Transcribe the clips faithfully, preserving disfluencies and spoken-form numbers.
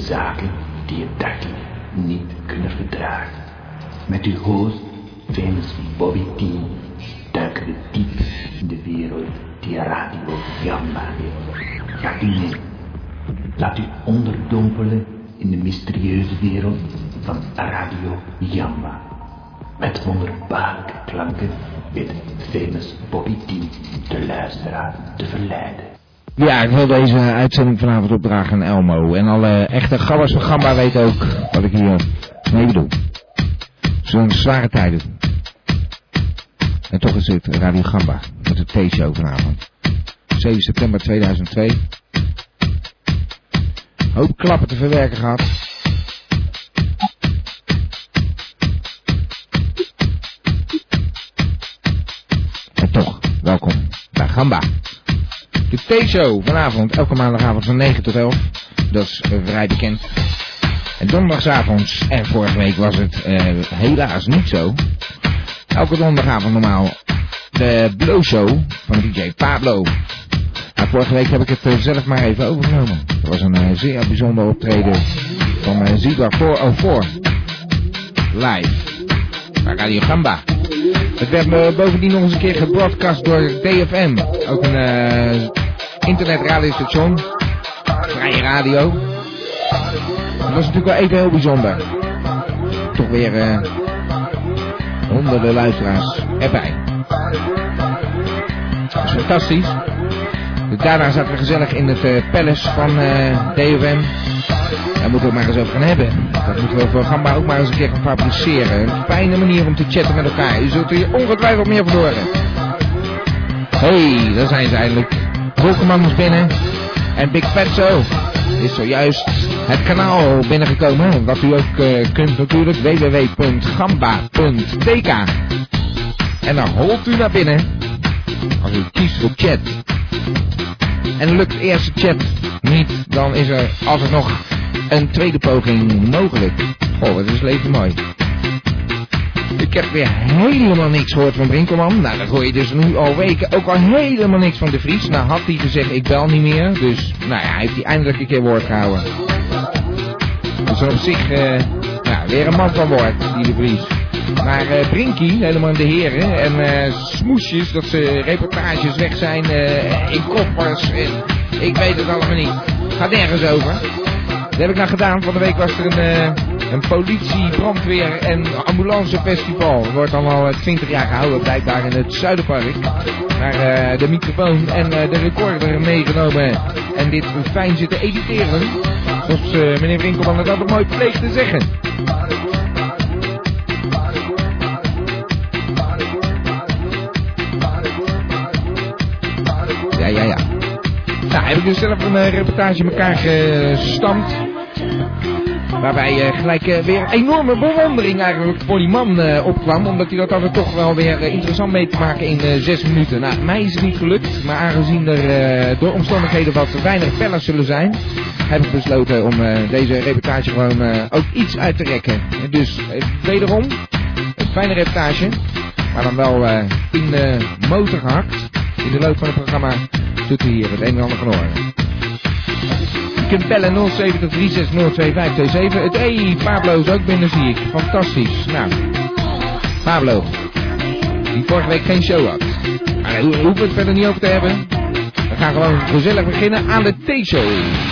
zaken die je dagelijks niet kunnen verdragen. Met uw host, famous Bobby T, duiken we diep in de wereld die Radio Jamba heeft. Gaat u mee? Laat u onderdompelen in de mysterieuze wereld van Radio Jamba. Met wonderbaarlijke klanken weet famous Bobby T de luisteraar te verleiden. Ja, ik wil deze uitzending vanavond opdragen aan Elmo. En alle echte gabbers van Gamba weten ook wat ik hier mee bedoel. Het zijn zware tijden. En toch is het Radio Gamba met de T-show vanavond. zeven september tweeduizend twee. Hoop klappen te verwerken gehad. En toch, welkom bij Gamba. De T-show vanavond, elke maandagavond van negen tot elf. Dat is uh, vrij bekend. En donderdagavonds, en vorige week was het uh, helaas niet zo. Elke donderdagavond normaal de Blow Show van D J Pablo. Nou, vorige week heb ik het uh, zelf maar even overgenomen. Dat was een uh, zeer bijzonder optreden van uh, Zebra vierhonderdvier. Live. Bij Radio Gamba. Het werd me bovendien nog eens een keer gebroadcast door D F M. Ook een uh, internetradiostation. Vrije radio. Dat was natuurlijk wel even heel bijzonder. Toch weer uh, honderden luisteraars erbij. Dat is fantastisch. Daarna zaten we gezellig in het uh, palace van uh, D F M. Daar moeten we het maar eens over gaan hebben. Dat moeten we voor Gamba ook maar eens een keer gaan fabriceren. Een fijne manier om te chatten met elkaar. Je zult er hier ongetwijfeld meer van horen. Hé, hey, daar zijn ze eindelijk. Wolkenman is binnen. En Big Fatso is zojuist het kanaal binnengekomen. Wat u ook uh, kunt natuurlijk. w w w punt gamba punt t k. En dan holt u naar binnen. Als u kiest voor chat. En lukt de eerste chat niet, dan is er altijd nog een tweede poging mogelijk. Oh, het is leven mooi. Ik heb weer helemaal niks gehoord van Brinkelman. Nou, dat hoor je dus nu al weken. Ook al helemaal niks van De Vries. Nou had hij gezegd, ik bel niet meer. Dus, nou ja, hij heeft hij eindelijk een keer woord gehouden. Dus op zich, uh, nou, weer een man van woord, die De Vries. Maar uh, Brinkie, helemaal in de heren. En uh, smoesjes, dat ze reportages weg zijn uh, in koffers. En ik weet het allemaal niet. Gaat nergens over. Dat heb ik nou gedaan. Van de week was er een, uh, een politie, brandweer en ambulancefestival. Het wordt allemaal twintig jaar gehouden blijkbaar in het Zuiderpark. Naar uh, de microfoon en uh, de recorder meegenomen. En dit fijn zitten editeren. Zoals uh, meneer Brinkelman het altijd mooi pleegt te zeggen. Ja, ja, ja. Nou, heb ik dus zelf een uh, reportage in elkaar gestampt. Waarbij uh, gelijk uh, weer enorme bewondering eigenlijk voor die man uh, opkwam. Omdat hij dat altijd toch wel weer uh, interessant mee te maken in uh, zes minuten. Nou, mij is het niet gelukt. Maar aangezien er uh, door omstandigheden wat weinig bellers zullen zijn, heb ik besloten om uh, deze reportage gewoon uh, ook iets uit te rekken. Dus uh, wederom, een fijne reportage. Maar dan wel uh, in de motor gehakt. In de loop van het programma zult u hier het een en ander van horen. Je kunt bellen nul zeven drie zes nul twee vijf twee zeven. Het hey, Pablo is ook binnen, zie ik. Fantastisch. Nou, Pablo, die vorige week geen show had. Maar daar hoeven we het verder niet over te hebben. We gaan gewoon gezellig beginnen aan de T-show.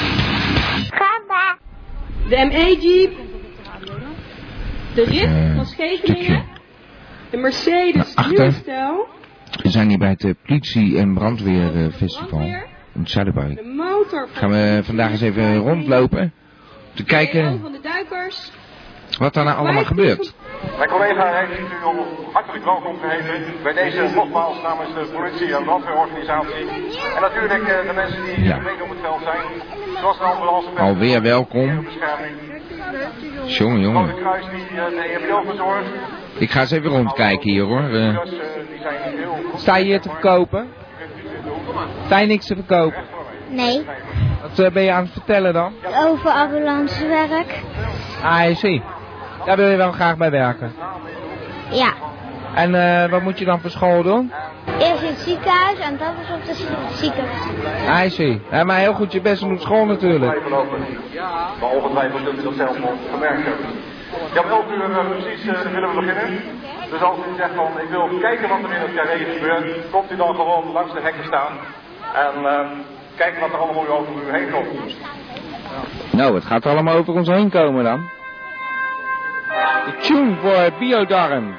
De M E-Jeep. De R I F van Scheveningen. De Mercedes nieuwe stijl. We zijn hier bij het uh, politie- en brandweerfestival uh, in het Zuiderpark. De motor gaan we vandaag eens even rondlopen. Om te kijken van de duikers. Wat er nou allemaal gebeurt. Mijn collega heeft u al hartelijk welkom geheten bij deze nogmaals namens de politie- en brandweerorganisatie. En natuurlijk uh, de mensen die ja. mee op het veld zijn. Zoals de ambulance. Alweer welkom. Jongen, jongen. De Kruis die uh, de E H B O verzorgt. Ik ga eens even rondkijken hier hoor. Uh, Sta je hier te verkopen? Sta je niks te verkopen? Nee. Wat uh, ben je aan het vertellen dan? Over ambulancewerk. Ah, je ziet. Daar wil je wel graag bij werken. Ja. En uh, wat moet je dan voor school doen? Eerst in het ziekenhuis en dat was op de ziekenhuis. I see. Ja, maar heel goed je best doen op school natuurlijk. Maar ongetwijfeld zult u dat zelf nog gemerkt hebben. Ja, om elf uur uh, precies uh, willen we beginnen. Dus als u zegt van ik wil kijken wat er in het carré gebeurt, komt u dan gewoon langs de hekken staan. En uh, kijken wat er allemaal over u heen komt. Nou, het gaat allemaal over ons heen komen dan. De tune voor Biodarm.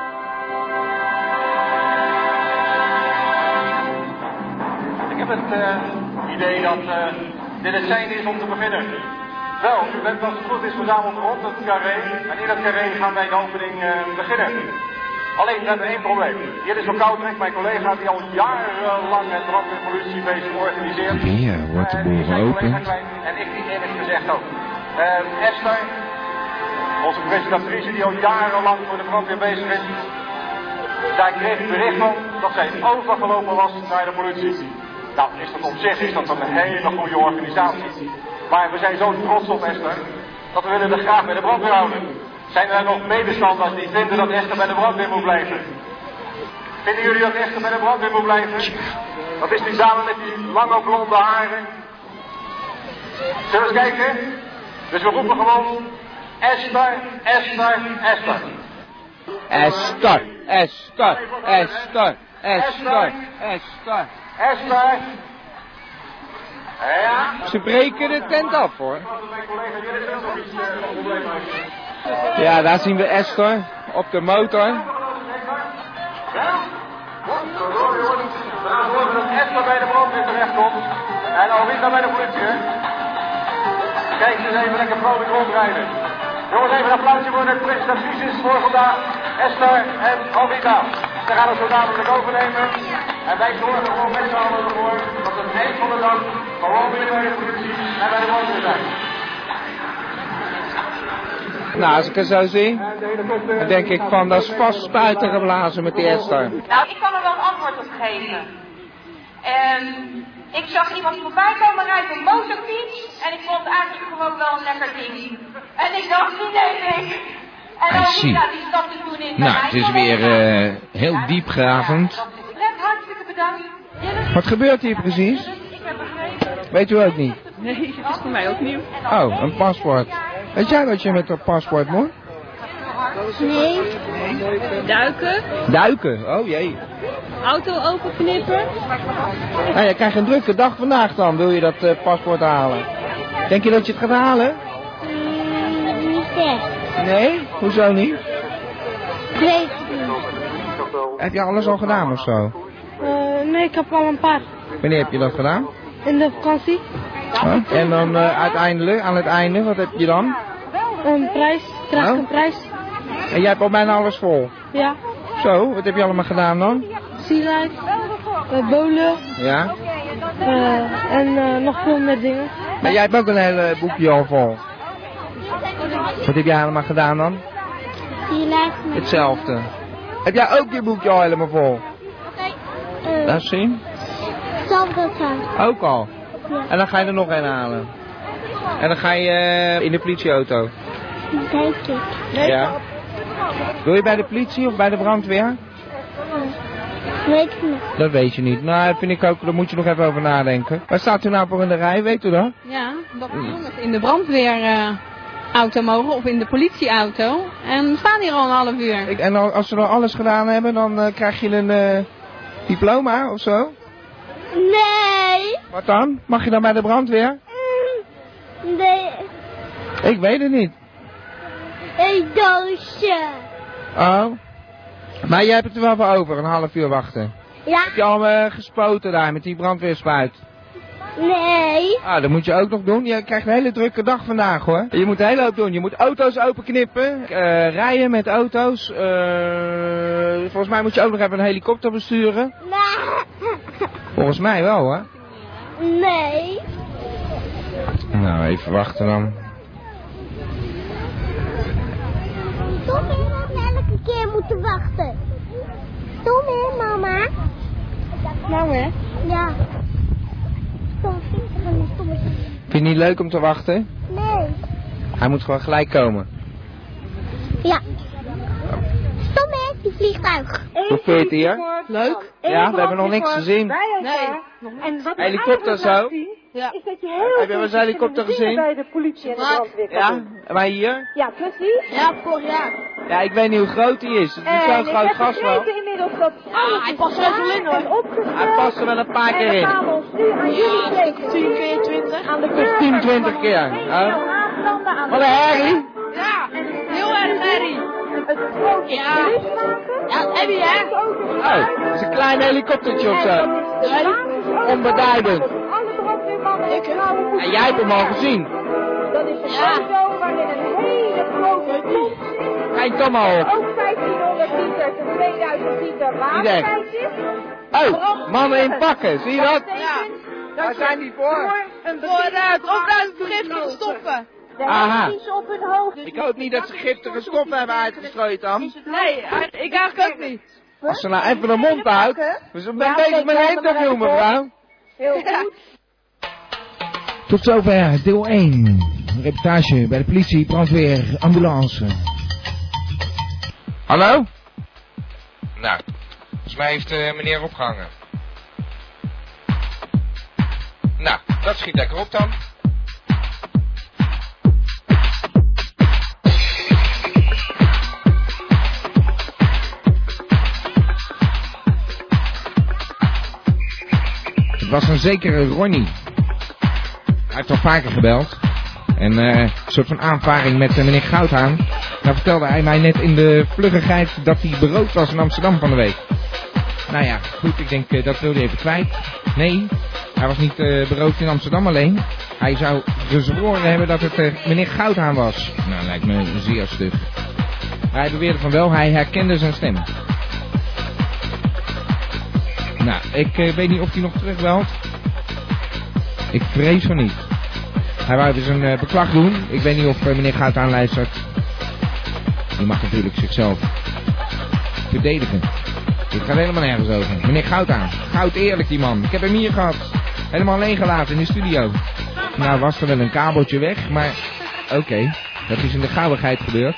Ik heb het uh, idee dat uh, dit het zijn is om te beginnen. Wel, u bent als het goed is verzameld rond het carré. En in dat carré gaan wij de opening uh, beginnen. Alleen, we hebben één probleem. Hier is Koudrink, mijn collega, die al jarenlang het brandweerpolitiefeest organiseert. Weer wordt de boel geopend. En ik niet eerlijk gezegd ook. Uh, Esther, onze presentatrice die al jarenlang voor de brandweer bezig is. Daar kreeg ik bericht van dat zij overgelopen was naar de politie. Nou, is dat op zich is dat een hele goede organisatie. Maar we zijn zo trots op Esther, dat we willen er graag bij de brandweer houden. Zijn er nog medestanders die vinden dat Esther bij de brandweer moet blijven? Vinden jullie dat Esther bij de brandweer moet blijven? Dat is die dame met die lange blonde haren. Zullen we eens kijken? Dus we roepen gewoon Esther, Esther, Esther. Esther, Esther, Esther, Esther, Esther. Esther. Ja. Ze breken de tent af hoor. Ja, daar zien we Esther op de motor. Ja? We gaan zorgen dat Esther bij de brandweer terechtkomt. En Alwita bij de politie, hè? Kijk eens even lekker vrolijk rondrijden. Jongens, even een applausje voor de presentatrices voor vandaag. Esther en Alwita. Ze gaan het zo dadelijk overnemen. En wij zorgen gewoon met z'n allen ervoor dat het eind van de dag gewoon weer bij de politie en bij de brandweer zijn. Nou, als ik het zo zie, dan denk ik van dat is vast spuiten geblazen met die Esther. Nou, ik kan er wel een antwoord op geven. En ik zag iemand voorbij komen rijden op een motorfiets en ik vond het eigenlijk gewoon wel een lekker ding. En ik dacht, die neem ik. En Alwita die stapte toen in. Nou, het is weer uh, heel diepgravend. Let, hartstikke bedankt. Wat gebeurt hier precies? Weet u ook niet? Nee, het is voor mij ook nieuw. Oh, een paspoort. Weet jij wat je met dat paspoort moet? Nee. Duiken, Duiken, oh jee. auto openknippen. Nou, je krijgt een drukke dag vandaag dan, wil je dat uh, paspoort halen. Denk je dat je het gaat halen? Mm, niet echt. Nee? Hoezo niet? Ik weet het niet. Heb je alles al gedaan of zo? Uh, nee, ik heb al een paar. Wanneer heb je dat gedaan? In de vakantie. Huh? En dan uh, uiteindelijk, aan het einde, wat heb je dan? Een prijs. Krijg ik Oh. een prijs. En jij hebt al bijna alles vol. Ja. Zo, wat heb je allemaal gedaan dan? Sea life. Uh, bowlen. Ja. Uh, en uh, nog veel meer dingen. Maar jij hebt ook een hele boekje al vol. Wat heb jij allemaal gedaan dan? Die lijkt me. Hetzelfde. Heb jij ook je boekje al helemaal vol? Uh, Laat zien. Hetzelfde zijn. Ook al. Ja. En dan ga je er nog een halen. En dan ga je uh, in de politieauto. Denk ik. Ja. Wil je bij de politie of bij de brandweer? Weet ik niet. Dat weet je niet. Nou, dat vind ik ook, daar moet je nog even over nadenken. Waar staat u nou voor in de rij, weet u dat? Ja, dat de jongens in de brandweerauto mogen of in de politieauto. En we staan hier al een half uur. Ik, en als ze dan alles gedaan hebben, dan uh, krijg je een uh, diploma of zo? Nee. Wat dan? Mag je dan bij de brandweer? Mm, nee. Ik weet het niet. Een doosje. Oh. Maar jij hebt het er wel voor over, een half uur wachten. Ja. Heb je al uh, gespoten daar met die brandweerspuit? Nee. Ah, dat moet je ook nog doen. Je krijgt een hele drukke dag vandaag hoor. Je moet een hele hoop doen. Je moet auto's openknippen, uh, rijden met auto's. Uh, volgens mij moet je ook nog even een helikopter besturen. Nee. Volgens mij wel hoor. Nee. Nou, even wachten dan. Tom heeft elke keer moeten wachten. Tom hè, mama? Nou hè? Ja. Tom vindt er een stomme. Vind je het niet leuk om te wachten? Nee. Hij moet gewoon gelijk komen. Ja. Tom hè? die vliegtuig. Hoe vind je het hier? Leuk. Ja, we hebben nog niks gezien. Nee. En wat Helikopter zo? Ja. is dat je heel Heb je wel eens een helikopter gezien? bij de politie en de brandweer kan Ja, doen. en wij hier? Ja, precies. Ja, vorig jaar. Ja, ik weet niet hoe groot die is. Het is En zo'n ik groot heb gas wel. begrepen inmiddels dat alles hij is past er wel in, hoor. en opgesteld. Hij past er wel een paar keer En we in. gaan ons nu aan jullie Ja, pleken. tien keer twintig. Aan de Dus tien, twintig keer. Oh. Wat een herrie. Ja, heel erg herrie. Het grote Ja. geluid maken. Ja, dat heb je, hè? Oh, dat is een klein helikoptertje of zo. Nee. Onbeduidend. Alle brandweermannen en vrouwen moeten... En jij hebt hem al gezien. Dat is een Ja. auto waarin een hele grote pomp, Kijk dan maar op. ook vijftienhonderd liters en tweeduizend liter watertijd is. Oh, mannen in pakken, zie je dat? Ja. Waar zijn die voor? Voor een Voor de beginsel koolstofvergiftige stoffen. de Aha. hekjes op hun hoofd. Ik hoop niet dat ze giftige stoffen hebben uitgestrooid dan. Nee, ik eigenlijk ook niet. Als ze nou even de mond houdt. We zijn bezig met een interview, mevrouw. Heel goed. Tot zover deel één. Reportage bij de politie, brandweer, ambulance. Hallo? Nou, volgens mij heeft uh, meneer opgehangen. Nou, dat schiet lekker op dan. Het was een zekere Ronnie. Hij heeft al vaker gebeld. En uh, een soort van aanvaring met uh, meneer Goudhaan. Nou vertelde hij mij net in de vluggigheid dat hij beroofd was in Amsterdam van de week. Nou ja, goed, ik denk uh, dat wil hij even kwijt. Nee, hij was niet uh, beroofd in Amsterdam alleen. Hij zou gezworen hebben dat het uh, meneer Goudhaan was. Nou, lijkt me zeer stug. Maar hij beweerde van wel, hij herkende zijn stem. Nou, ik uh, weet niet of hij nog terugbelt. Ik vrees van niet. Hij wou dus een uh, beklag doen. Ik weet niet of uh, meneer Goudhaan luistert. Die mag natuurlijk zichzelf verdedigen. Dit gaat helemaal nergens over. Meneer Goudhaan. Goud eerlijk die man. Ik heb hem hier gehad. Helemaal alleen gelaten in de studio. Nou was er wel een kabeltje weg, maar oké. Okay. Dat is in de gauwigheid gebeurd.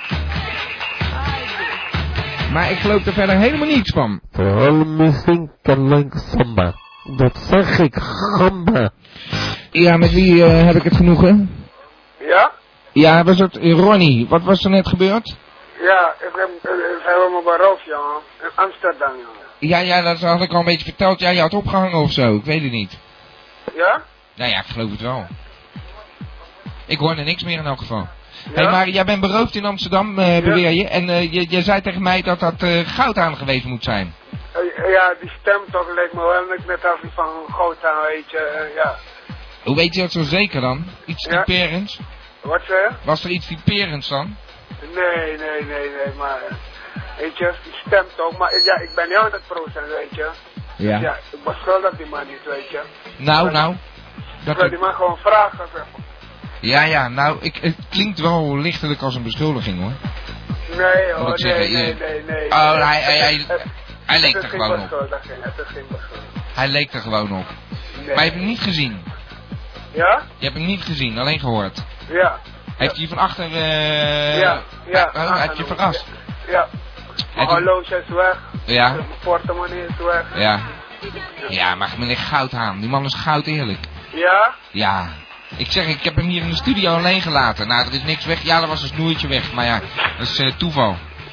Maar ik geloof er verder helemaal niets van. Vooral muziek en lang samba. Dat zeg ik, gamba. Ja, met wie uh, heb ik het genoegen? Ja? Ja, was het Ronnie? Wat was er net gebeurd? Ja, ik heb, ik heb me beroofd, jongen. In Amsterdam, jongen. Ja, ja, dat had ik al een beetje verteld. Ja, je had opgehangen of zo. Ik weet het niet. Ja? Nou ja, ik geloof het wel. Ik hoorde niks meer in elk geval. Ja? Hé, hey, maar jij bent beroofd in Amsterdam, uh, beweer je. En uh, je, je zei tegen mij dat dat uh, Goudhaan geweest moet zijn. Uh, ja, die stem toch lijkt me wel net af van Goudhaan, weet je, uh, ja. Hoe weet je dat zo zeker dan? Iets Ja. typerends? Wat zei je? Was er iets typerends dan? Nee, nee, nee, nee, maar, uh, weet je, die stem toch, maar ja, ik ben niet honderd procent, weet je. Ja. Dus ja, ik beschuldig die man niet, weet je. Nou, nou. Ik Dat wil die man gewoon vragen, zeg maar. Ja, ja, nou, ik, het klinkt wel lichtelijk als een beschuldiging hoor. Nee, hoor, Moet ik nee, zeggen, nee, je- nee, nee. Oh, nee. hij- hij- hij- Het- het- hij leek het er is geen gewoon op. beschuldiging, Het is geen beschuldiging. Hij leek er gewoon op. Nee. Maar je hebt hem niet gezien. Ja? Je hebt hem niet gezien, alleen gehoord. Ja. Heeft hij je van achter... eh Ja, ja. Oh, hij heeft je verrast. Ja. Mijn Hij doet- horloge is weg. Ja. Mijn portemonnee is weg. Ja. Ja, maar meneer Goudhaan, die man is goud eerlijk. Ja? Ja. Ik zeg, ik heb hem hier in de studio alleen gelaten. Nou, er is niks weg. Ja, er was een snoertje weg. Maar ja, dat is uh, toeval.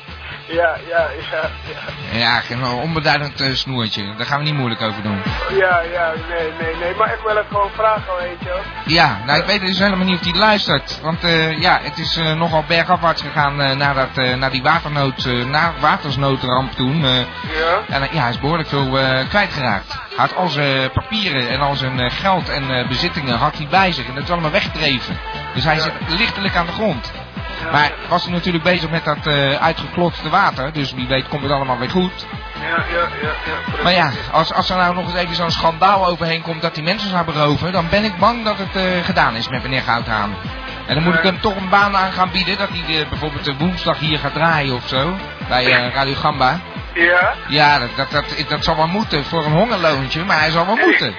Ja, ja, ja, ja. Ja, geen onbeduidend uh, snoertje. Daar gaan we niet moeilijk over doen. Ja, ja, nee, nee, nee. Maar ik wil het gewoon vragen, weet je. Ja, nou ik weet dus helemaal niet of hij luistert. Want uh, ja, het is uh, nogal bergafwaarts gegaan uh, naar, dat, uh, naar die waternood, uh, na watersnoodramp toen. Uh, Ja? en uh, ja, hij is behoorlijk veel uh, kwijtgeraakt. Hij had al zijn papieren en al zijn uh, geld en uh, bezittingen had hij bij zich. En dat is allemaal weggedreven. Dus hij Ja. zit lichtelijk aan de grond. Ja. Maar was hij natuurlijk bezig met dat uh, uitgeklotste water. Dus wie weet komt het allemaal weer goed. Ja, ja, ja, ja. Precies. Maar ja, als, als er nou nog eens even zo'n schandaal overheen komt dat die mensen zou beroven, dan ben ik bang dat het uh, gedaan is met meneer Goudhaan. En dan moet ik hem toch een baan aan gaan bieden, dat hij uh, bijvoorbeeld uh, woensdag hier gaat draaien of zo, bij uh, Radio Gamba. Ja? Ja, dat, dat, dat, dat zal wel moeten voor een hongerloontje, maar hij zal wel moeten.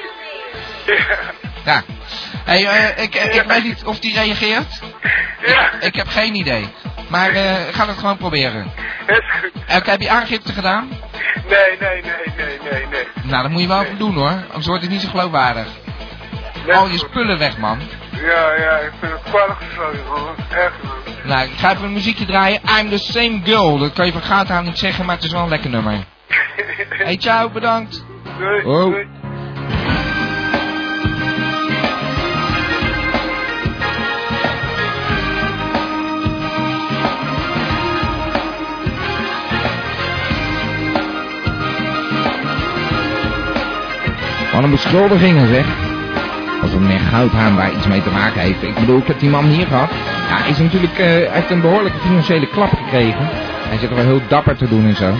Ja. Ja. Hé, hey, uh, ik, ik weet niet of die reageert. Ja. Ik, ik heb geen idee. Maar uh, ga het gewoon proberen. Is goed. Elke, heb je aangifte gedaan? Nee, nee, nee, nee, nee, nee. Nou, dat moet je wel even doen hoor, anders wordt het niet zo geloofwaardig. Nee, Al je spullen weg, man. Ja, ja, ik vind het kwalijk gesloten, man. Echt, man. Nou, ik ga even een muziekje draaien. I'm the same girl. Dat kan je van Goudhaan niet zeggen, maar het is wel een lekker nummer. Hey, ciao, bedankt. Doei, oh. doei. Wat een beschuldigingen, zeg. Als een meneer Goudhaan daar iets mee te maken heeft. Ik bedoel, ik heb die man hier gehad. Ja, hij is natuurlijk, uh, heeft een behoorlijke financiële klap gekregen. Hij zit er wel heel dapper te doen en zo.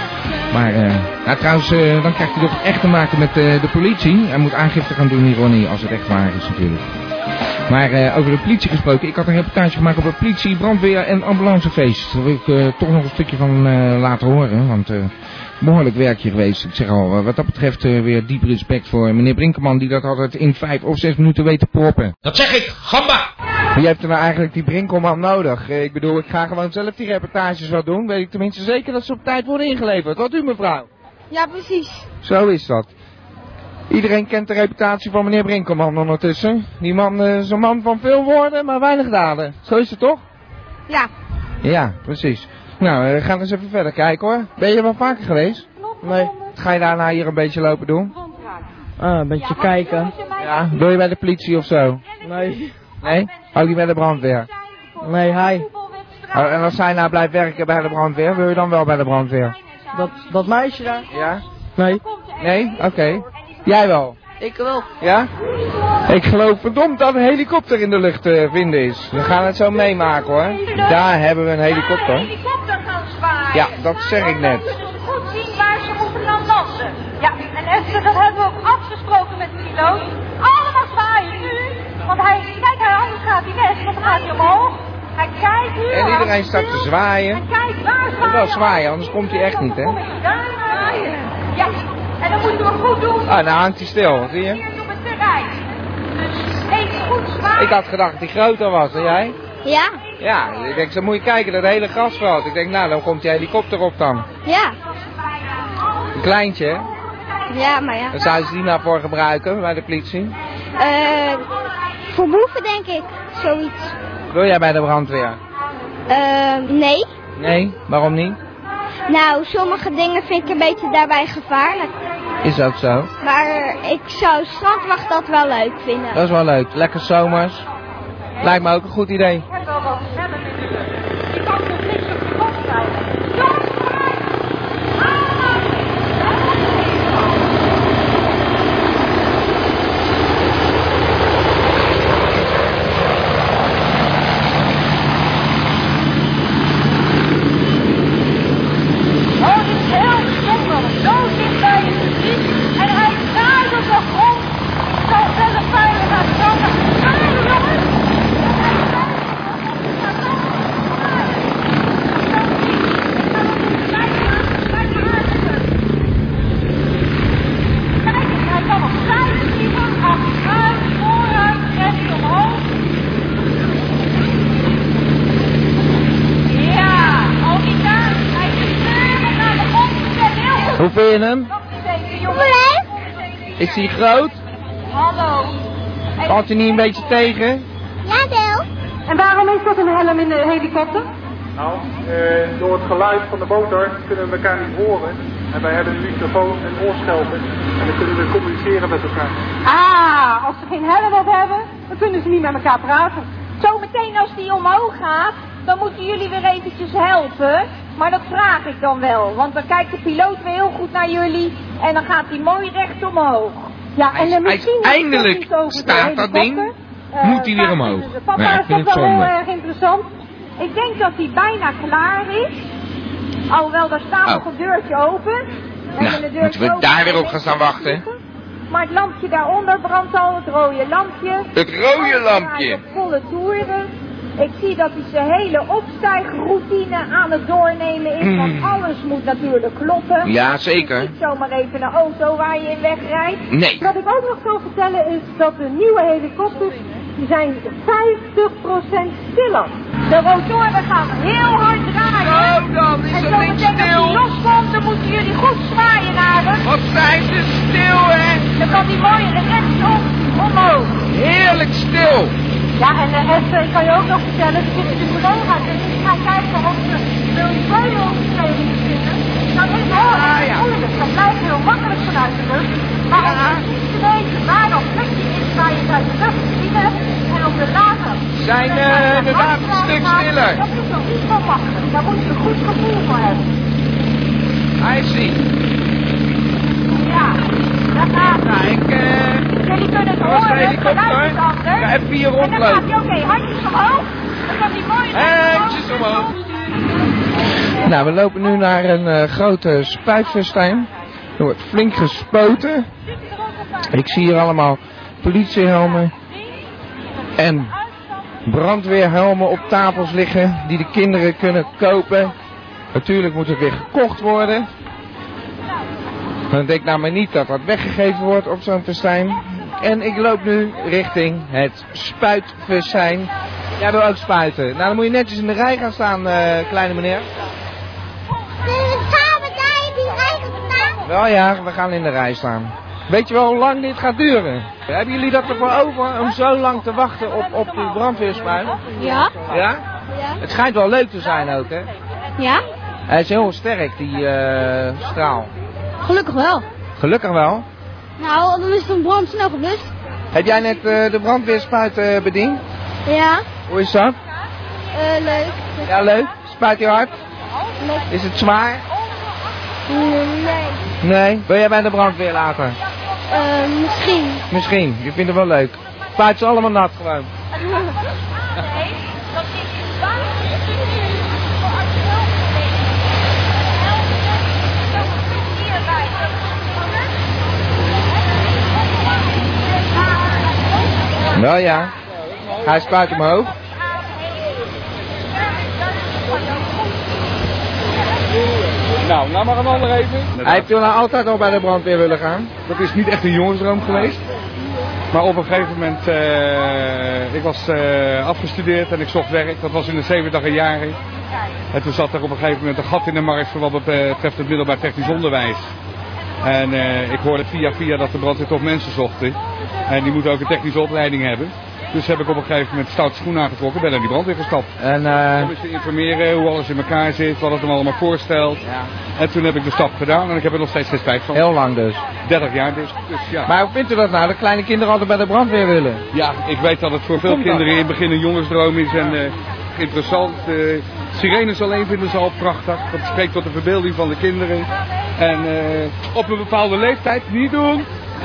Maar, uh, nou trouwens, uh, dan krijgt hij toch echt te maken met uh, de politie. Hij moet aangifte gaan doen hier, Ronnie, als het echt waar is natuurlijk. Maar uh, over de politie gesproken, ik had een reportage gemaakt over politie, brandweer en ambulancefeest. Daar wil ik uh, toch nog een stukje van uh, laten horen, want... Uh, behoorlijk werkje geweest. Ik zeg al, wat dat betreft uh, weer diep respect voor meneer Brinkelman die dat altijd in vijf of zes minuten weet te proppen. Dat zeg ik, gamba! Wie heeft er nou eigenlijk die Brinkelman nodig? Uh, ik bedoel, ik ga gewoon zelf die reportages wat doen. Weet ik tenminste zeker dat ze op tijd worden ingeleverd. Wat u mevrouw? Ja, precies. Zo is dat. Iedereen kent de reputatie van meneer Brinkelman ondertussen. Die man uh, is een man van veel woorden, maar weinig daden. Zo is het toch? Ja. Ja, precies. Nou, we gaan eens even verder kijken hoor. Ben je er wel vaker geweest? Nee. Ga je daarna hier een beetje lopen doen? Ah, een beetje kijken. Ja, wil je bij de politie of zo? Nee. Nee? Ook niet bij de brandweer? Nee, hij. Oh, en als hij nou blijft werken bij de brandweer, wil je dan wel bij de brandweer? Dat, dat meisje daar? Ja? Nee. Nee? Oké. Okay. Jij wel? Ik wel. Ja? Ik geloof verdomd dat een helikopter in de lucht te vinden is. We gaan het zo meemaken hoor. Daar hebben we een helikopter. Een helikopter gaan zwaaien. Ja, dat zeg ik net. Dan kunnen ze goed zien waar ze moeten gaan landen. Ja, en Esther, dat hebben we ook afgesproken met de piloot. Allemaal zwaaien nu. Want hij, kijk, hij, anders gaat hij weg, want dan gaat hij omhoog. Hij kijkt nu. En iedereen staat te zwaaien. En kijk, waar zwaaien. Wel zwaaien, anders komt hij echt niet hè. Daar zwaaien. Ja, en dan moeten we goed doen. Ah, nou hangt hij stil, zie je? Op het terrein. Dus even goed zwaaien. Ik had gedacht dat hij groter was, en jij? Ja. Ja, ik denk, zo moet je kijken, dat hele grasveld. Ik denk, nou, dan komt die helikopter op dan. Ja. Een kleintje, hè? Ja, maar ja. Daar zouden ze die nou voor gebruiken, bij de politie? Eh, voor boeven denk ik, zoiets. Wil jij bij de brandweer? Eh, nee. Nee, waarom niet? Nou, sommige dingen vind ik een beetje daarbij gevaarlijk. Is ook zo. Maar ik zou strandwacht dat wel leuk vinden. Dat is wel leuk. Lekker zomers. Lijkt me ook een goed idee. Hoe vind je hem? Leuk. Is hij groot? Hallo. Valt je niet een beetje tegen? Ja, wel. En waarom is dat een helm in de helikopter? Nou, eh, door het geluid van de motor kunnen we elkaar niet horen. En wij hebben een microfoon en oorschelpen. En dan kunnen we communiceren met elkaar. Ah, als ze geen helm op hebben, dan kunnen ze niet met elkaar praten. Zometeen als die omhoog gaat, dan moeten jullie weer eventjes helpen. Maar dat vraag ik dan wel, want dan kijkt de piloot weer heel goed naar jullie en dan gaat hij mooi recht omhoog. Ja, hij, en misschien hij, eindelijk staat dat ding, uh, moet hij weer omhoog. Papa, nou, is dat wel heel erg interessant. Ik denk dat hij bijna klaar is. Alhoewel, daar staat nog oh. een deurtje open. We nou, deurtje moeten we daar weer op gaan staan wachten? Maar het lampje daaronder brandt al, het rode lampje. Het rode lampje? Volle toeren. Ik zie dat hij zijn hele opstijgroutine aan het doornemen is, mm. want alles moet natuurlijk kloppen. Ja, zeker. Niet zomaar even een auto waar je in wegrijdt. Nee. Wat ik ook nog kan vertellen is dat de nieuwe helikopters die zijn vijftig procent stiller. De rotoren gaan heel hard draaien. Oh, dan is en er zo niet meteen stil. als die loskomt, dan moeten jullie goed zwaaien naar hem. Wat zijn ze stil, hè? Dan kan die mooie rechtsom omhoog. Heerlijk stil. Ja, en de Esther, ik kan je ook nog vertellen, er zitten de collega's en die gaan kijken of ze milieuovertredingen vinden. Dat is heel erg moeilijk, dat blijft heel makkelijk vanuit de lucht. Maar om precies te weten waar dat plekje is waar je het uit de lucht gezien hebt en op de later. Zijn uh, inderdaad een stuk stiller. Dat is nog niet zo makkelijk, daar moet je een goed gevoel voor hebben. I see. Ja, dat gaat. Nou, ik eh... Jullie kunnen het dat was de horen, het helikopter. geluid is anders. Ik ga even hier En dan rondlopen. gaat hij, oké, handjes omhoog. Dan kan die mooie Handjes omhoog. Nou, we lopen nu naar een uh, grote spuitfestijn. Er wordt flink gespoten. Ik zie hier allemaal politiehelmen en brandweerhelmen op tafels liggen die de kinderen kunnen kopen. Natuurlijk moet het weer gekocht worden. Dan denk nou maar niet dat dat weggegeven wordt op zo'n festijn. En ik loop nu richting het spuitfestijn. Jij wil ook spuiten. Nou, dan moet je netjes in de rij gaan staan, uh, kleine meneer. Gaan we daar in die rij gaan staan? Wel ja, we gaan in de rij staan. Weet je wel hoe lang dit gaat duren? Hebben jullie dat ervoor over om zo lang te wachten op, op die brandweerspuit? Ja. Ja? Ja. Het schijnt wel leuk te zijn ook, hè? Ja? Hij is heel sterk, die uh, straal. Gelukkig wel. Gelukkig wel. Nou, dan is het een brand snel geblust. Heb jij net uh, de brandweerspuit uh, bediend? Ja. Hoe is dat? Uh, leuk. Ja, leuk. Spuit je hard? Nee. Is het zwaar? Nee. Nee. Wil jij bij de brandweer later? Uh, misschien. Misschien. Je vindt het wel leuk. Spuit ze allemaal nat gewoon. Nee, dat is waar. Wel ja. Hij spuit omhoog. Nou, nou maar een ander even. Hij heeft toen altijd al bij de brandweer willen gaan. Dat is niet echt een jongensdroom geweest. Maar op een gegeven moment, uh, ik was uh, afgestudeerd en ik zocht werk. Dat was in de zeventiger jaren. En toen zat er op een gegeven moment een gat in de markt voor wat betreft het middelbaar technisch onderwijs. En uh, ik hoorde via via dat de brandweer toch mensen zochten. En die moeten ook een technische opleiding hebben. Dus heb ik op een gegeven moment stoute schoenen aangetrokken, ben naar die brandweer gestapt. En uh... om eens te informeren hoe alles in elkaar zit, wat het hem allemaal voorstelt. Ja. En toen heb ik de stap gedaan en ik heb er nog steeds geen spijt van. Heel lang dus. dertig jaar dus. dus ja. Maar hoe vindt u dat nou, dat kleine kinderen altijd bij de brandweer willen? Ja, ik weet dat het voor veel kinderen in het begin een jongensdroom is en uh, interessant. Uh, sirenes alleen vinden ze al prachtig. Dat spreekt tot de verbeelding van de kinderen. En uh, op een bepaalde leeftijd niet doen.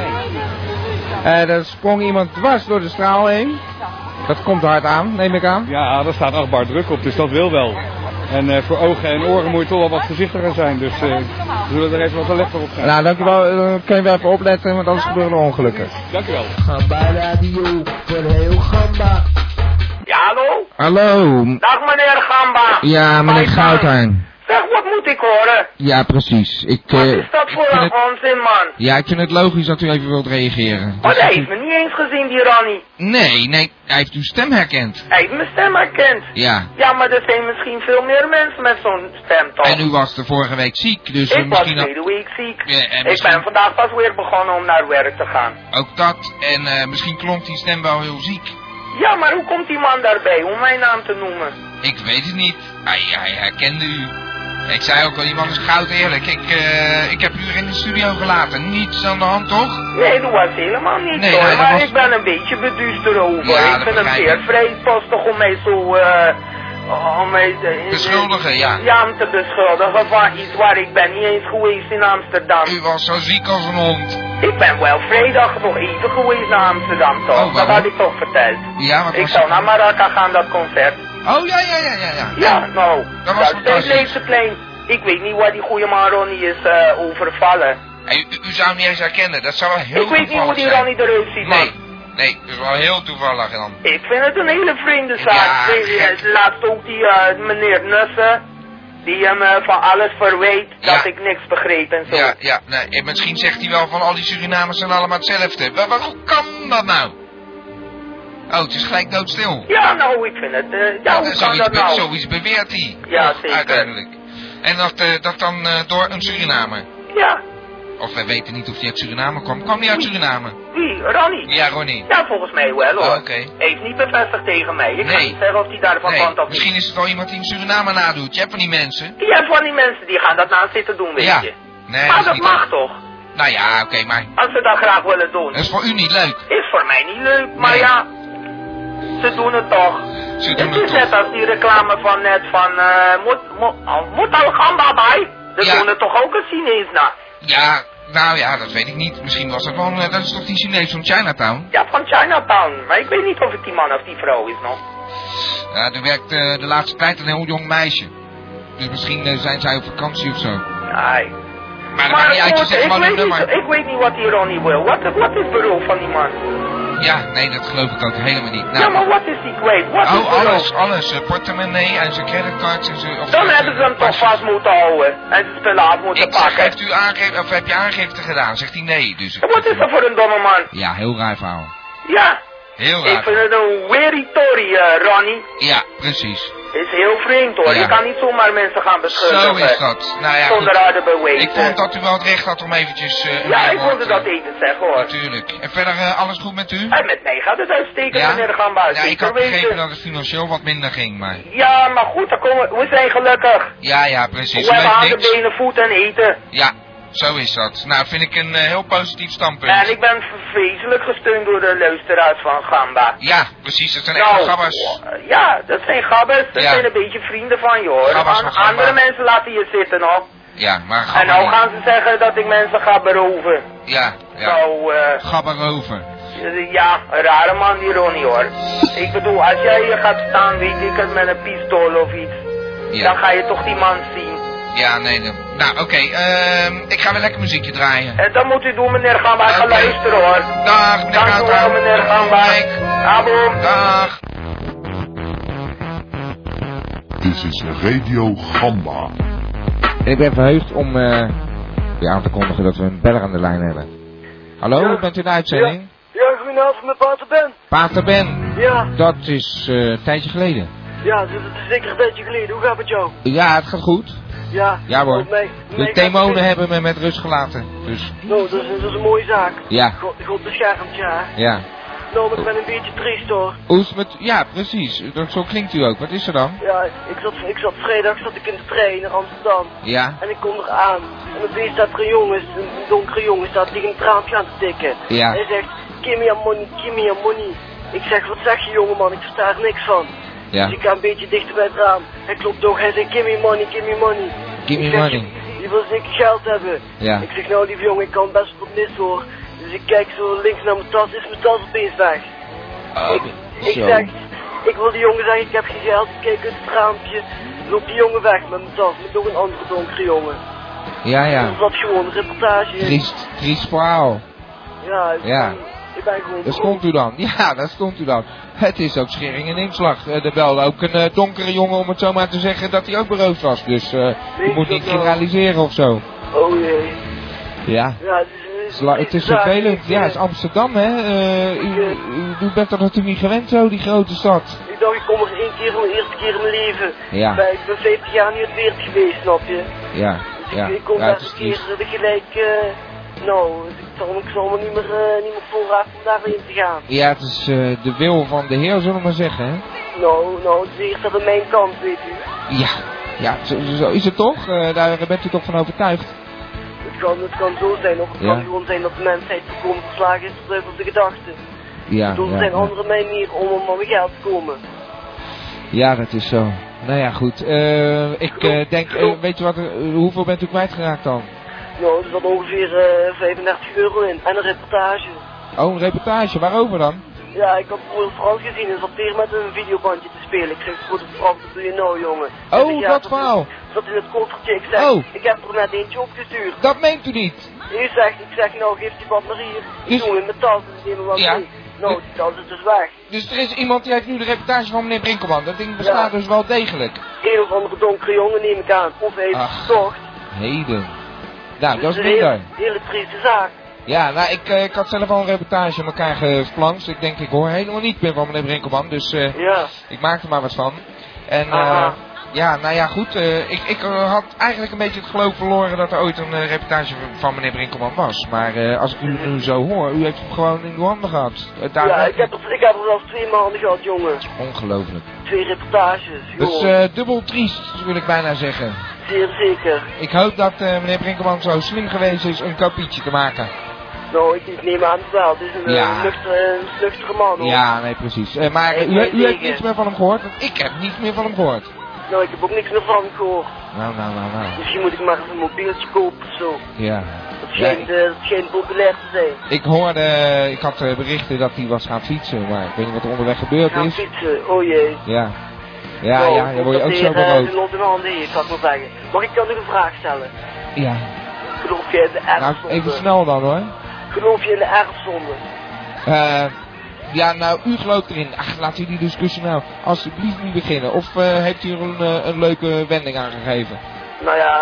Nee. Uh, er sprong iemand dwars door de straal heen. Dat komt hard aan, neem ik aan. Ja, daar staat achtbaar druk op, dus dat wil wel. En uh, voor ogen en oren moet je toch wel wat voorzichtiger zijn. Dus uh, we zullen er even wat letter op zijn. Nou, dankjewel. Dan kun je wel even opletten, want anders gebeuren er ongelukken. Dankjewel. Gamba Radio, voor heel Gamba. Ja, hallo? Hallo. Dag meneer Gamba. Ja, meneer Goudhaan. Zeg, wat moet ik horen? Ja, precies. Ik, wat uh, is dat voor een het... onzin, man? Ja, ik vind het logisch dat u even wilt reageren. Maar hij heeft me niet eens gezien, die Ronnie. Nee, nee, hij heeft uw stem herkend. Hij heeft mijn stem herkend? Ja. Ja, maar er zijn misschien veel meer mensen met zo'n stem, toch? En u was de vorige week ziek, dus ik misschien... was tweede week ziek. Ja, en misschien... Ik ben vandaag pas weer begonnen om naar werk te gaan. Ook dat, en uh, misschien klonk die stem wel heel ziek. Ja, maar hoe komt die man daarbij, om mijn naam te noemen? Ik weet het niet. Hij, hij herkende u. Ik zei ook al, die man is goud eerlijk. Ik, uh, ik heb u in de studio gelaten. Niets aan de hand, toch? Nee, dat was helemaal niet nee, hoor. Nee, maar was... ik ben een beetje beduust erover. Ja, ik vind hem zeer vrijpostig om mij zo... Uh, om mij te beschuldigen, ja. Ja, om te beschuldigen van iets waar ik ben niet eens geweest in Amsterdam. U was zo ziek als een hond. Ik ben wel vrijdag nog even geweest naar Amsterdam, toch? Oh, dat had ik toch verteld. Ja, wat ik was zou naar Maracca gaan, dat concert. Oh, ja, ja, ja, ja. Ja, ja nou, dat was dat is Leefseplein. Ik weet niet waar die goede man Ronnie is uh, overvallen. Hey, u, u zou hem niet eens herkennen, dat zou wel heel Ik weet niet hoe die zijn. Ronnie eruit ziet, man. Nee, nee, dat is wel heel toevallig dan. Ik vind het een hele vreemde zaak. Ja, laatst ook die uh, meneer Nussen, die hem uh, van alles verweet, ja. dat ik niks begreep en zo. Ja, ja, nee, misschien zegt hij wel van al die Surinamers zijn allemaal hetzelfde. Maar waarom kan dat nou? Oh, het is gelijk doodstil. Ja, nou, ik vind het... Uh, ja, ja, hoe kan zoiets, dat nou? Zoiets beweert hij. Ja, zeker. Uiteindelijk. En dat, uh, dat dan uh, door een Surinamer. Ja. Of wij weten niet of hij uit Suriname kwam. Kwam hij uit Suriname? Wie? Ronnie? Ja, Ronnie. Ja, volgens mij wel hoor. Oh, oké. Okay. Hij heeft niet bevestigd tegen mij. Ik nee. kan niet zeggen of hij daarvan nee. komt of Misschien niet. is het wel iemand die in Suriname nadoet. Je hebt van die mensen. Je hebt van die mensen die gaan dat naast zitten doen, weet ja. je. Nee, maar dat, dat mag leuk. toch? Nou ja, oké, okay, maar... Als ze dat graag willen doen. Dat is voor u niet leuk. Is voor mij niet leuk, maar nee. ja... Ze doen het toch. Ze doen het, het is toch. net als die reclame van net van... Uh, moet, moet, uh, moet al gamba bij? Ze ja. doen het toch ook een Chinees na? Ja... Nou ja, dat weet ik niet. Misschien was dat wel... Uh, dat is toch die Chinees van Chinatown? Ja, van Chinatown. Maar ik weet niet of het die man of die vrouw is nog. Ja, er werkt uh, de laatste tijd een heel jong meisje. Dus misschien uh, zijn zij op vakantie of zo. Nee. Maar dat maakt niet uit, je zegt gewoon een nummer. Niet, ik weet niet wat die Ronnie wil. Wat, wat is het beroep van die man? Ja, nee, dat geloof ik ook helemaal niet. Nou, ja, maar wat is die kwijt? Wat oh, is alles, alles. Uh, portemonnee en zijn creditcards en zijn... Dan uh, hebben ze hem toch vast moeten houden. En zijn spullen af moeten ik pakken. Zeg, heeft u aangifte, of heb je aangifte gedaan? Zegt hij nee, dus... Wat is dat voor een domme man? Ja, heel raar verhaal. Ja. Heel raar. Ik vind het een weary tory, uh, Ronnie. Ja, precies. Is heel vreemd hoor. Ja. Je kan niet zomaar mensen gaan beschuldigen. Zo is dat. Nou ja, zonder harde bewijzen. Ik vond dat u wel het recht had om eventjes... Uh, ja, ik wilde dat even zeggen hoor. Natuurlijk. En verder uh, alles goed met u? En met mij gaat het uitstekend, ja? meneer Gamba. Ja, ik had begrepen dat het financieel wat minder ging, maar... Ja, maar goed, dan komen we, we zijn gelukkig. Ja, ja, precies. We hebben handen, benen, voeten en eten. Ja. Zo is dat. Nou, vind ik een uh, heel positief standpunt. En ik ben vreselijk gesteund door de luisteraars van Gamba. Ja, precies. Dat zijn nou, echt gabbers. Ja, dat zijn gabbers. Dat ja. zijn een beetje vrienden van je hoor. Gabbers An andere mensen laten je zitten nog. Ja, maar En nou gaan ze zeggen dat ik mensen ga beroven. Ja, ja. Nou, uh, gabberoven. Ja, een rare man die Ronnie hoor. Ik bedoel, als jij hier gaat staan, weet ik het, met een pistool of iets. Ja. Dan ga je toch die man zien. Ja, nee, nee. Nou, oké. Okay, uh, ik ga weer lekker muziekje draaien. En dat moet u doen, meneer Gamba. Ik ga okay. luisteren, hoor. Dag, meneer Gamba. Dank u wel, meneer Gamba. Abo. Dag. Dit is Radio Gamba. Ik ben verheugd om uh, weer aan te kondigen dat we een beller aan de lijn hebben. Hallo, ja. Bent u in de uitzending? Ja, ja goedenavond met Pater Ben. Pater Ben? Ja. Dat is uh, een tijdje geleden. Ja, dat is zeker een tijdje geleden. Hoe gaat het met jou? Ja, het gaat goed. Ja, ja hoor. Mij, de demonen hebben me met rust gelaten. Dus. Nou, dat is, dat is een mooie zaak. Ja. God, God beschermt, ja. Ja. Nou, maar ik ben een beetje triest hoor. Hoe is het met... Ja, precies. Zo klinkt u ook. Wat is er dan? Ja, ik zat, ik zat vrijdag zat ik in de trein naar Amsterdam. Ja. En ik kom eraan. En opeens staat er een jongen, een donkere jongen, staat tegen een traampje aan te tikken. Ja. En hij zegt, give me your money, give me your money. Ik zeg, wat zeg je jongeman, ik versta er niks van. Ja. Dus ik ga een beetje dichter bij het raam. Hij klopt ook, hij zegt, give me money, give me money. Give me ik zeg, money. Je wil zeker geld hebben. Ja. Ik zeg, nou lieve jongen, ik kan best wat mis hoor. Dus ik kijk zo links naar mijn tas, is mijn tas opeens weg. Oh, ik, ik zeg, ik wil die jongen zeggen, ik heb geen geld, ik kijk uit het raampje. Loopt die jongen weg met mijn tas, met nog een andere donkere jongen. Ja, ja. Dat was gewoon een reportage. Triest, triest verhaal. Ja, ik, ja. Ben, ik ben gewoon... Daar stond u dan. Ja, daar stond u dan. Het is ook schering en inslag. Uh, er belde ook een uh, donkere jongen, om het zo maar te zeggen, dat hij ook beroofd was. Dus uh, je moet niet generaliseren of zo. Oh jee. Ja. Ja, het is, het is, het is vervelend. Ja, het is Amsterdam, hè. Uh, u, u, u bent er natuurlijk niet gewend zo, die grote stad. Ik dacht, ik kom er één keer voor de eerste keer in mijn leven. Ja. Maar ik ben vijftig jaar niet uit Weert geweest, snap je? Ja. Dus ja. ik, ik kom ja, daar een keer uh, gelijk... Uh, Nou, ik zal, ik zal me niet meer, uh, niet meer voorraad om daar weer in te gaan. Ja, het is uh, de wil van de Heer, zullen we maar zeggen, hè? Nou, nou, het is eerst aan mijn kant, weet u. Ja, ja, zo, zo is het toch? Uh, daar bent u toch van overtuigd? Het kan, het kan zo zijn, of het ja. kan gewoon zijn dat de mensheid volkomen verslagen is op de gedachten. Ja, dus er ja, zijn ja. andere manieren om om aan mijn geld te komen. Ja, dat is zo. Nou ja, goed. Uh, ik uh, denk, uh, weet je wat, uh, hoeveel bent u kwijtgeraakt dan? Nou, er zat ongeveer uh, vijfendertig euro in. En een reportage. Oh, een reportage. Waarover dan? Ja, ik had Paul Frans gezien en zat hier met een videobandje te spelen. Ik zeg, voor de Frans, wat doe je nou, jongen? Oh, zeg, ja, dat verhaal. Zat in het koffertje. Ik zeg, oh. ik heb er net eentje opgestuurd. Dat meent u niet? U zegt, ik zeg, nou, geef die band maar hier. Ik dus... doe in mijn tas en neem hem wat ja. mee. Nou, die tas is dus weg. Dus er is iemand die heeft nu de reportage van meneer Brinkelman. Dat ding bestaat ja. dus wel degelijk. Een of andere donkere jongen neem ik aan. Of hij heeft het gezocht. Heden. Nou, dus dat is een minder. hele, hele trieste zaak. Ja, nou, ik, uh, ik had zelf al een reportage aan elkaar geplankt. Ik denk, ik hoor helemaal niet meer van meneer Brinkelman. Dus uh, ja. ik maak er maar wat van. En uh, ja, nou ja, goed. Uh, ik, ik had eigenlijk een beetje het geloof verloren dat er ooit een uh, reportage van meneer Brinkelman was. Maar uh, als ik u nu zo hoor, u heeft hem gewoon in uw handen gehad. Uh, ja, ik heb, er, ik heb er zelfs twee maanden gehad, jongen. Ongelooflijk. Twee reportages, joh. Dus uh, dubbel triest, wil ik bijna zeggen. Zeer zeker. Ik hoop dat uh, meneer Brinkelman zo slim geweest is een kopietje te maken. Nou, ik neem aan het wel. Het is een, ja. een, nuchtere, een nuchtere man, hoor. Ja, nee, precies. Uh, maar nee, u, u, u heeft niets meer van hem gehoord? Want ik heb niets meer van hem gehoord. Nou, ik heb ook niks meer van hem gehoord. Nou, nou, nou, nou. Misschien moet ik maar eens een mobieltje kopen of zo. Ja. Dat schijnt, ja, ik... uh, dat schijnt populair te zijn. Ik hoorde, uh, ik had uh, berichten dat hij was gaan fietsen, maar ik weet niet wat er onderweg gebeurd gaan is. Gaan fietsen, oh jee. Ja. Ja, nou, ja, dan word je ook zo beroofd. Uh, de lot in handen hier, kan ik wel zeggen. Mag ik jou nog een vraag stellen? Ja. Geloof je in de erfzonde? Nou, even snel dan hoor. Geloof je in de erfzonde? Uh, ja, nou, u gelooft erin. Ach, laat u die discussie nou alsjeblieft niet beginnen. Of uh, heeft u er een, uh, een leuke wending aan gegeven? Nou ja...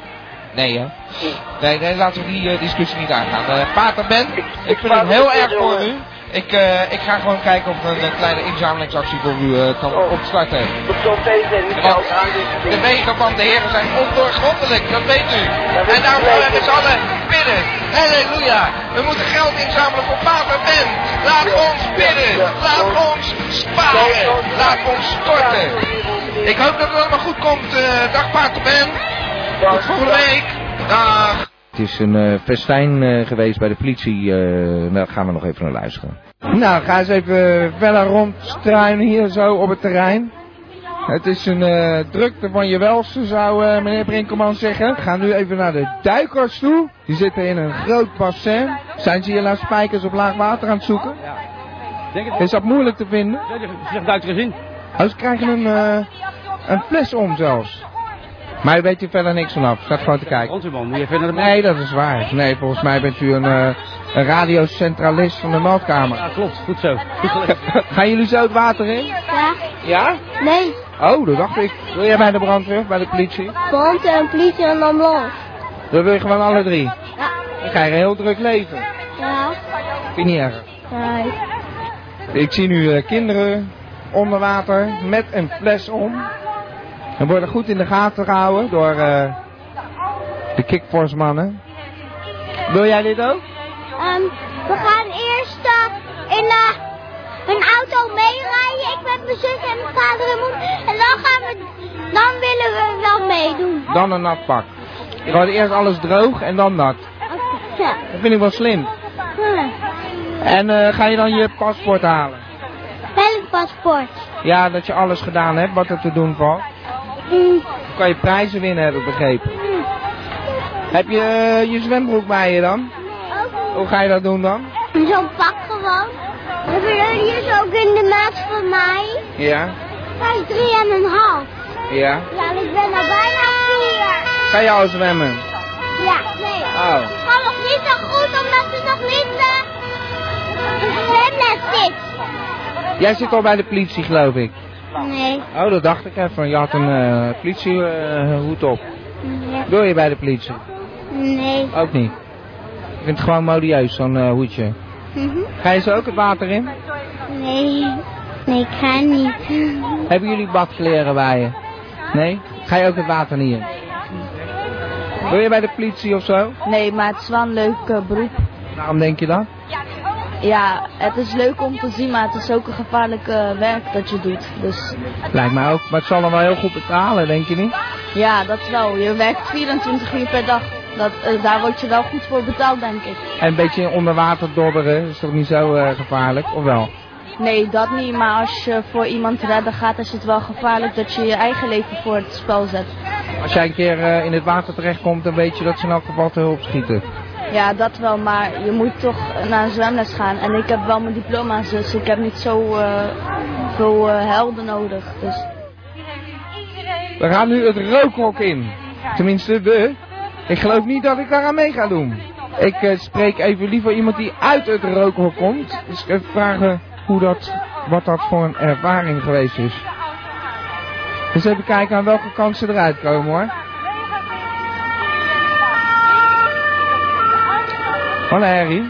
Nee, hè? Nee, nee, laten we die uh, discussie niet aangaan. Uh, Pater Ben, ik, ik vind het heel erg voor u. Ik, uh, ik ga gewoon kijken of er een, een kleine inzamelingsactie voor u uh, kan oh. opstarten. Dat zal fijn zijn, niet geld aangeven. De wegen van de heren zijn ondoorgrondelijk, dat weet u. Ja, en daarom gaan we met z'n allen bidden. Halleluja. We moeten geld inzamelen voor Pater Ben. Laat ons bidden. Laat ons sparen. Laat ons storten. Ik hoop dat het allemaal goed komt. Uh, dag Pater Ben. Tot volgende week. Dag. Het is een uh, festijn uh, geweest bij de politie. Uh, daar gaan we nog even naar luisteren. Nou, ga eens even verder rondstruinen hier zo op het terrein. Het is een uh, drukte van je welste, zou uh, meneer Brinkelman zeggen. We gaan nu even naar de duikers toe. Die zitten in een groot bassin. Zijn ze hier naar spijkers op laag water aan het zoeken? Ja. Denk het is dat moeilijk te vinden? Ja, je zegt duikers in. Oh, ze krijgen een, uh, een fles om zelfs. Maar u weet hier verder niks vanaf. Staat gewoon te kijken. Moet je verder nee, dat is waar. Nee, volgens mij bent u een, uh, een radiocentralist van de meldkamer. Ja, klopt. Goed zo. Goed Gaan jullie zo het water in? Ja. Ja? Nee. Oh, dat dacht ik. Wil jij bij de brandweer, bij de politie? Brandweer, politie en ambulance. Dan wil je gewoon alle drie? Ja. Dan ga je een heel druk leven. Ja. Vind je niet erg? Nee. Ik zie nu uh, kinderen onder water met een fles om. En worden goed in de gaten gehouden door uh, de Kickforce mannen. Wil jij dit ook? Um, we gaan eerst uh, in uh, een auto meerijden. Ik met mijn zus en mijn vader en moeder. En dan gaan we, dan willen we wel meedoen. Dan een nat pak. Je gaat eerst alles droog en dan nat. Ja. Dat vind ik wel slim. Hm. En uh, ga je dan je paspoort halen? Welk paspoort? Ja, dat je alles gedaan hebt wat er te doen valt. Mm. Kan je prijzen winnen, heb ik begrepen. Mm. Heb je uh, je zwembroek bij je dan? Ook. Hoe ga je dat doen dan? Zo'n pak gewoon. Hebben jullie is ook in de maat van mij? Ja. Hij is drie en een half. Ja. Ja, ik ben er bijna vier. Ga je al zwemmen? Ja, nee. Oh. Ik kan nog niet zo goed omdat ze nog niet uh, in zwemles zit. Jij zit al bij de politie, geloof ik. Nee. Oh, dat dacht ik even. Je had een uh, politiehoed uh, op. Nee. Wil je bij de politie? Nee. Ook niet. Ik vind het gewoon modieus, zo'n uh, hoedje. Mm-hmm. Ga je zo ook het water in? Nee. Nee, ik ga niet. Hebben jullie badkleren bij je? Nee? Ga je ook het water niet in? Wil je bij de politie of zo? Nee, maar het is wel een leuk uh, beroep. Waarom denk je dat? Ja, het is leuk om te zien, maar het is ook een gevaarlijk uh, werk dat je doet. Dus... Lijkt mij ook, maar het zal dan wel heel goed betalen, denk je niet? Ja, dat wel. Je werkt vierentwintig uur per dag. Dat, uh, daar word je wel goed voor betaald, denk ik. En een beetje onder water dobberen, is toch niet zo uh, gevaarlijk, of wel? Nee, dat niet, maar als je voor iemand redden gaat, is het wel gevaarlijk dat je je eigen leven voor het spel zet. Als jij een keer uh, in het water terechtkomt, dan weet je dat ze in elk geval te hulp schieten. Ja, dat wel, maar je moet toch naar een zwemles gaan. En ik heb wel mijn diploma's, dus ik heb niet zo uh, veel uh, helden nodig. Dus. We gaan nu het rookhok in. Tenminste, we. Ik geloof niet dat ik daaraan mee ga doen. Ik uh, spreek even liever iemand die uit het rookhok komt. Dus ik even vragen hoe dat, wat dat voor een ervaring geweest is. Dus even kijken aan welke kant ze eruit komen, hoor. Wat een herrie.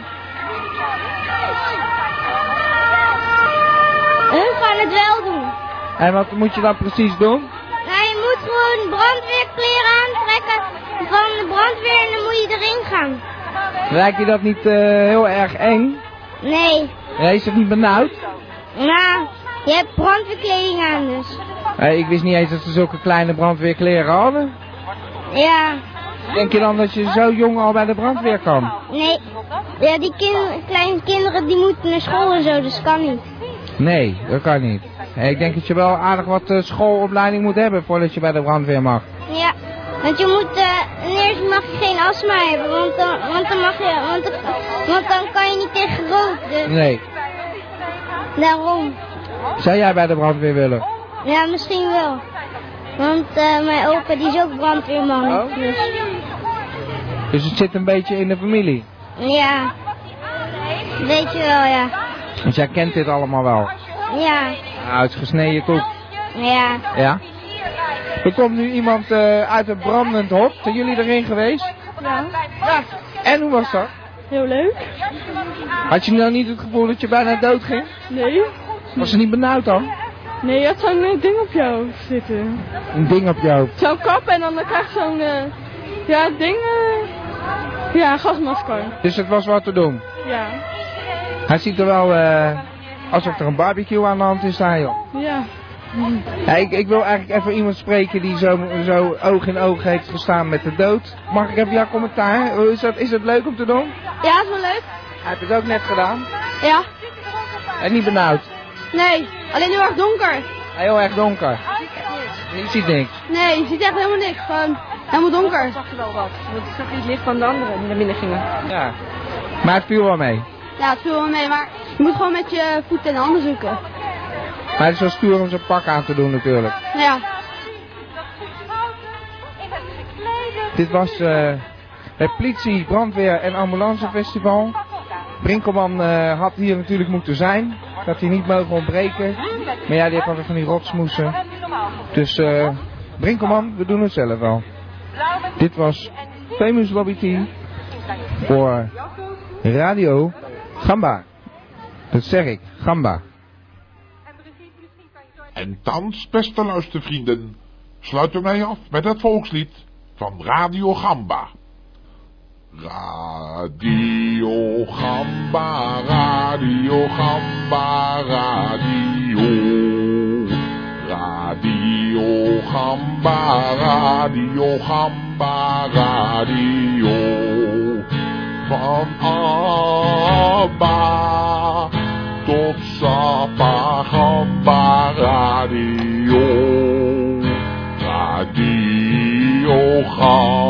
Hun gaan het wel doen. En wat moet je dan precies doen? Nou, je moet gewoon brandweerkleren aantrekken van de brandweer en dan moet je erin gaan. Lijkt je dat niet uh, heel erg eng? Nee. Nee, is het niet benauwd? Nou, je hebt brandweerkleding aan dus. Hey, ik wist niet eens dat ze zulke kleine brandweerkleren hadden. Ja. Denk je dan dat je zo jong al bij de brandweer kan? Nee. Ja, die kin kleine kinderen die moeten naar school en zo, dus dat kan niet. Nee, dat kan niet. Hey, ik denk dat je wel aardig wat uh, schoolopleiding moet hebben voordat je bij de brandweer mag. Ja, want je moet, uh, eerst mag je geen astma hebben, want dan, want dan mag je, want dan, want dan kan je niet tegen rook. Dus. Nee. Daarom. Zou jij bij de brandweer willen? Ja, misschien wel. Want uh, mijn opa die is ook brandweerman. Oh? Dus. dus het zit een beetje in de familie? Ja. Weet je wel, ja. Dus jij kent dit allemaal wel? Ja. Nou, het is gesneden koek. Ja. Ja? Er komt nu iemand uh, uit een brandend hok. Zijn jullie erin geweest? Ja. Ja. En hoe was dat? Heel leuk. Had je nou niet het gevoel dat je bijna dood ging? Nee. Was ze niet benauwd dan? Nee, je had zo'n uh, ding op je hoofd zitten. Een ding op je hoofd? Zo'n kap en dan krijg je zo'n, uh, ja, ding, uh, ja, gasmasker. Dus het was wat te doen? Ja. Hij ziet er wel uh, alsof er een barbecue aan de hand is daar, joh. Ja. Ja, ik, ik wil eigenlijk even iemand spreken die zo, zo oog in oog heeft gestaan met de dood. Mag ik even jouw commentaar? Is dat, is dat leuk om te doen? Ja, is wel leuk. Hij heeft het ook net gedaan. Ja. En niet benauwd? Nee, alleen heel erg donker. Heel erg donker. Je ziet niks? Nee, je ziet echt helemaal niks. Gewoon helemaal donker. Ik zag je wel wat. Want ik zag iets licht van de anderen die naar binnen gingen. Ja. Maar het viel wel mee? Ja, het viel wel mee, maar je moet gewoon met je voeten en handen zoeken. Maar het is wel stoer om zo'n pak aan te doen natuurlijk. Ja. Dit was uh, het politie, brandweer en ambulancefestival. Brinkelman uh, had hier natuurlijk moeten zijn. Dat hij niet mogen ontbreken. Maar ja, die heeft altijd van die rotsmoesen. Dus uh, Brinkelman, we doen het zelf wel. Dit was Famous Lobby Team voor Radio Gamba. Dat zeg ik, Gamba. En thans, beste luistervrienden, sluiten wij af met het volkslied van Radio Gamba. Radio Gamba, Radio Gamba, Radio. Radio Gamba, Radio Gamba, Radio. Van Abba tot Sapa Gamba Radio. Radio Gamba.